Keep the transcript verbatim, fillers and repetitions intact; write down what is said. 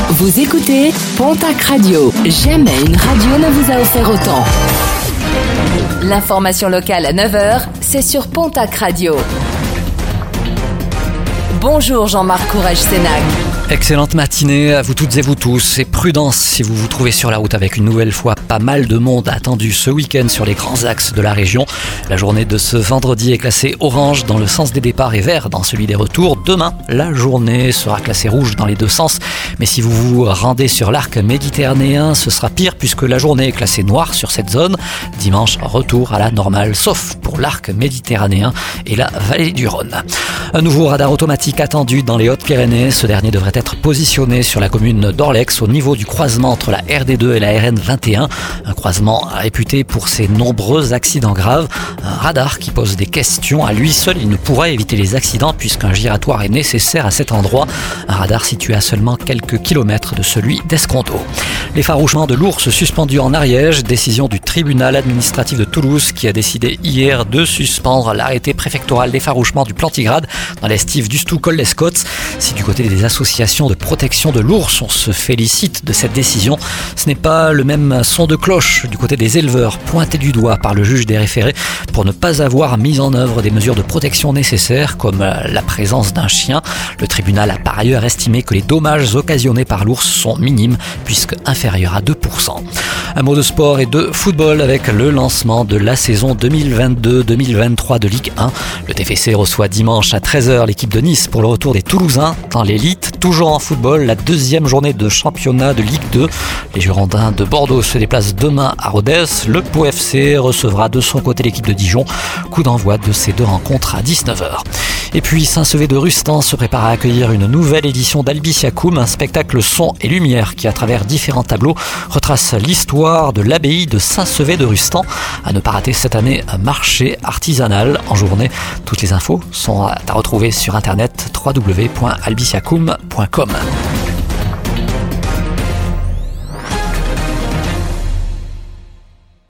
Vous écoutez Pontac Radio. Jamais une radio ne vous a offert autant. L'information locale à neuf heures, c'est sur Pontac Radio. Bonjour Jean-Marc Courage-Sénac. Excellente matinée à vous toutes et vous tous, et prudence si vous vous trouvez sur la route avec une nouvelle fois pas mal de monde attendu ce week-end sur les grands axes de la région. La journée de ce vendredi est classée orange dans le sens des départs et vert dans celui des retours. Demain, la journée sera classée rouge dans les deux sens, mais si vous vous rendez sur l'arc méditerranéen, ce sera pire puisque la journée est classée noire sur cette zone. Dimanche, retour à la normale, sauf pour l'arc méditerranéen et la vallée du Rhône. Un nouveau radar automatique attendu dans les Hautes-Pyrénées. Ce dernier devrait être positionné sur la commune d'Orlex au niveau du croisement entre la R D deux et la R N vingt et un. Un croisement réputé pour ses nombreux accidents graves. Un radar qui pose des questions. À lui seul, il ne pourra éviter les accidents puisqu'un giratoire est nécessaire à cet endroit. Un radar situé à seulement quelques kilomètres de celui d'Esconto. L'effarouchement de l'ours suspendu en Ariège. Décision du tribunal administratif de Toulouse qui a décidé hier de suspendre l'arrêté préfectoral d'effarouchement du Plantigrade dans l'estive du Stoux-Col-les-Scots. Si du côté des associations de protection de l'ours, on se félicite de cette décision, ce n'est pas le même son de cloche du côté des éleveurs pointés du doigt par le juge des référés pour ne pas avoir mis en œuvre des mesures de protection nécessaires comme la présence d'un chien. Le tribunal a par ailleurs estimé que les dommages occasionnés par l'ours sont minimes puisque inférieurs à deux pour cent. Un mot de sport et de football avec le lancement de la saison deux mille vingt-deux deux mille vingt-trois de Ligue un. Le T F C reçoit dimanche à treize heures l'équipe de Nice pour le retour des Toulousains dans l'élite. Toujours en football, la deuxième journée de championnat de Ligue deux. Les Girondins de Bordeaux se déplacent demain à Rodez. Le Pau F C recevra de son côté l'équipe de Dijon. Coup d'envoi de ces deux rencontres à dix-neuf heures. Et puis Saint-Sevé de Rustan se prépare à accueillir une nouvelle édition d'Albiciacoum, un spectacle son et lumière qui, à travers différents tableaux, retrace l'histoire de l'abbaye de Saint-Sevé de Rustan. À ne pas rater cette année un marché artisanal en journée. Toutes les infos sont à retrouver sur internet w w w point albiciacoum point com.